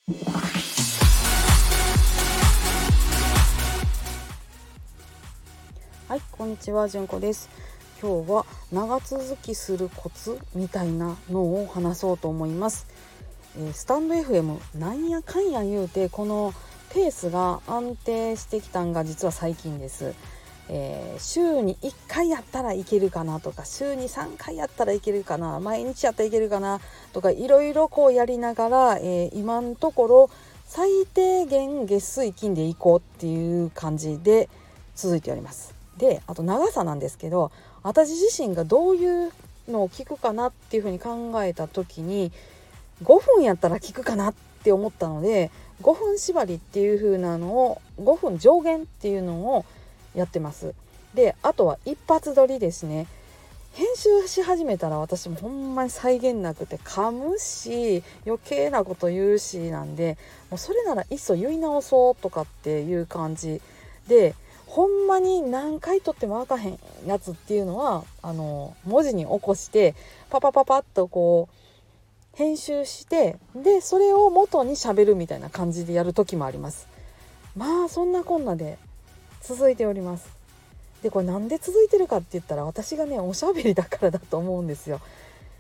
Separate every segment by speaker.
Speaker 1: はい、こんにちは、じゅんこです。今日は長続きするコツみたいなのを話そうと思います。スタンド FM なんやかんや言うてこのペースが安定してきたんが実は最近です。週に1回やったらいけるかなとか、週に3回やったらいけるかな、毎日やったらいけるかなとか、いろいろこうやりながら、今のところ最低限月水金でいこうっていう感じで続いております。で、あと長さなんですけど、私自身がどういうのを聞くかなっていうふうに考えた時に、5分やったら聞くかなって思ったので、5分縛りっていう風なのを、5分上限っていうのをやってます。で、あとは一発撮りですね。編集し始めたら私もほんまに際限なくて、噛むし余計なこと言うしなんで、もうそれならいっそ言い直そうとかっていう感じで、ほんまに何回撮ってもあかへんやつっていうのは文字に起こしてパパパパッとこう編集して、でそれを元に喋るみたいな感じでやる時もあります。まあそんなこんなで続いております。で、これなんで続いてるかって言ったら、私がねおしゃべりだからだと思うんですよ。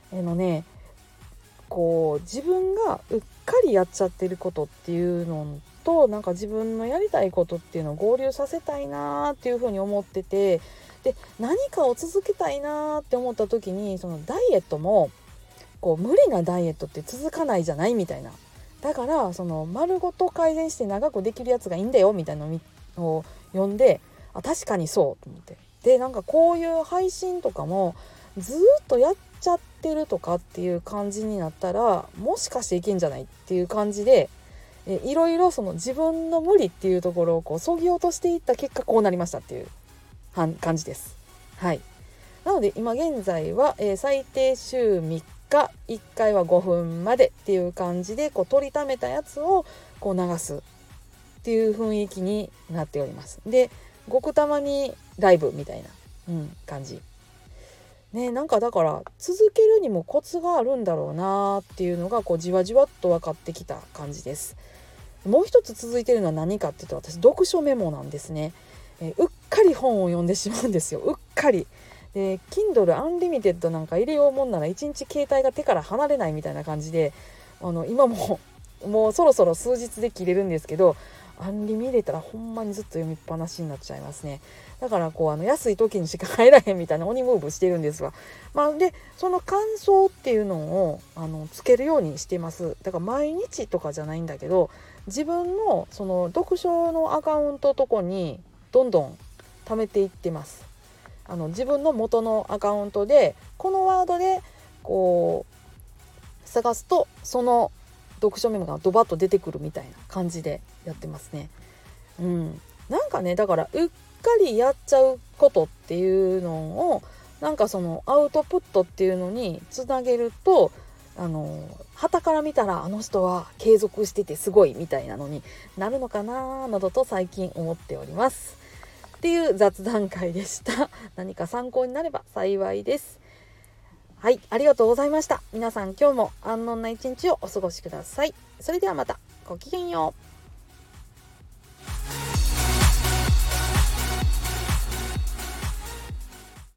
Speaker 1: こう自分がうっかりやっちゃってることっていうのと、なんか自分のやりたいことっていうのを合流させたいなっていうふうに思ってて、で何かを続けたいなって思った時に、そのダイエットもこう無理なダイエットって続かないじゃないみたいな。だからその丸ごと改善して長くできるやつがいいんだよみたいなのを読んで、あ、確かにそうと思って、でなんかこういう配信とかもずっとやっちゃってるとかっていう感じになったら、もしかしていけんじゃないっていう感じで、いろいろその自分の無理っていうところをこう削ぎ落としていった結果、こうなりましたっていう感じです。はい。なので今現在は、最低週3日1回は5分までっていう感じで、こう取りためたやつをこう流すっていう雰囲気になっております。で、ごくたまにライブみたいな、感じね。なんかだから続けるにもコツがあるんだろうなっていうのがこうじわじわっと分かってきた感じです。もう一つ続いてるのは何かっていうと、私読書メモなんですね。うっかり本を読んでしまうんですよ。うっかりで Kindle Unlimited なんか入れようもんなら1日携帯が手から離れないみたいな感じで、今もうそろそろ数日で切れるんですけど、アンリミ入れたらほんまにずっと読みっぱなしになっちゃいますね。だからこう安い時にしか入らへんみたいな鬼ムーブしてるんですわ。でその感想っていうのをつけるようにしてます。だから毎日とかじゃないんだけど、自分のその読書のアカウントとこにどんどん貯めていってます。自分の元のアカウントでこのワードでこう探すと、その読書メモがドバッと出てくるみたいな感じでやってますね。なんかね、だからうっかりやっちゃうことっていうのを、なんかそのアウトプットっていうのにつなげると、傍から見たらあの人は継続しててすごいみたいなのになるのかななどと最近思っておりますっていう雑談会でした。何か参考になれば幸いです。はい、ありがとうございました。皆さん今日も安穏な一日をお過ごしください。それではまた。ごきげんよう。